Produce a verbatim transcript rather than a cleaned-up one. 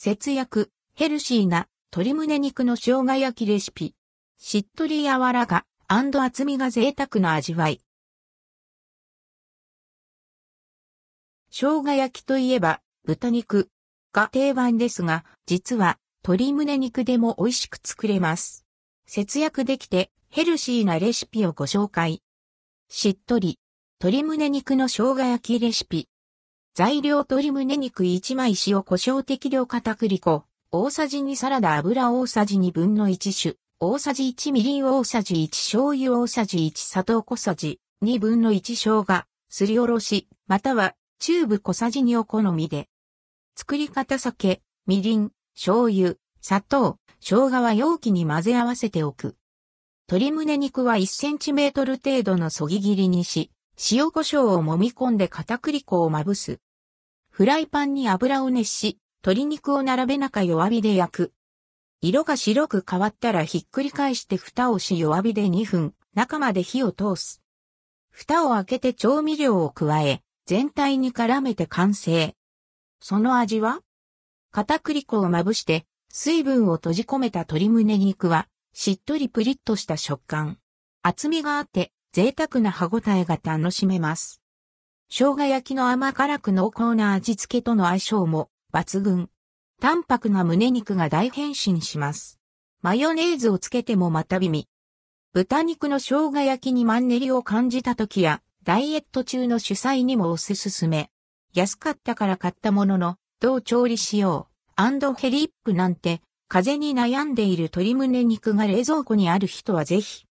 節約、ヘルシーな鶏胸肉の生姜焼きレシピ。しっとり柔らか、厚みが贅沢な味わい。生姜焼きといえば、豚肉が定番ですが、実は鶏胸肉でも美味しく作れます。節約できてヘルシーなレシピをご紹介。しっとり、鶏胸肉の生姜焼きレシピ。材料鶏胸肉いちまい塩胡椒適量片栗粉、大さじにサラダ油大さじにぶんのいち酒、大さじいちみりん大さじいち醤油大さじいち砂糖小さじにぶんのいち生姜、すりおろし、またはチューブ小さじにお好みで。作り方酒、みりん、醤油、砂糖、生姜は容器に混ぜ合わせておく。鶏胸肉はいちセンチメートル程度のそぎ切りにし、塩胡椒を揉み込んで片栗粉をまぶす。フライパンに油を熱し、鶏肉を並べ中弱火で焼く。色が白く変わったらひっくり返して蓋をし弱火でにふん、中まで火を通す。蓋を開けて調味料を加え、全体に絡めて完成。その味は？片栗粉をまぶして、水分を閉じ込めた鶏胸肉は、しっとりプリッとした食感。厚みがあって、贅沢な歯ごたえが楽しめます。生姜焼きの甘辛く濃厚な味付けとの相性も抜群。淡白な胸肉が大変身します。マヨネーズをつけてもまた美味。豚肉の生姜焼きにマンネリを感じた時や、ダイエット中の主菜にもおすすめ。安かったから買ったものの、どう調理しよう、ヘリップなんて、風邪に悩んでいる鶏胸肉が冷蔵庫にある人はぜひ。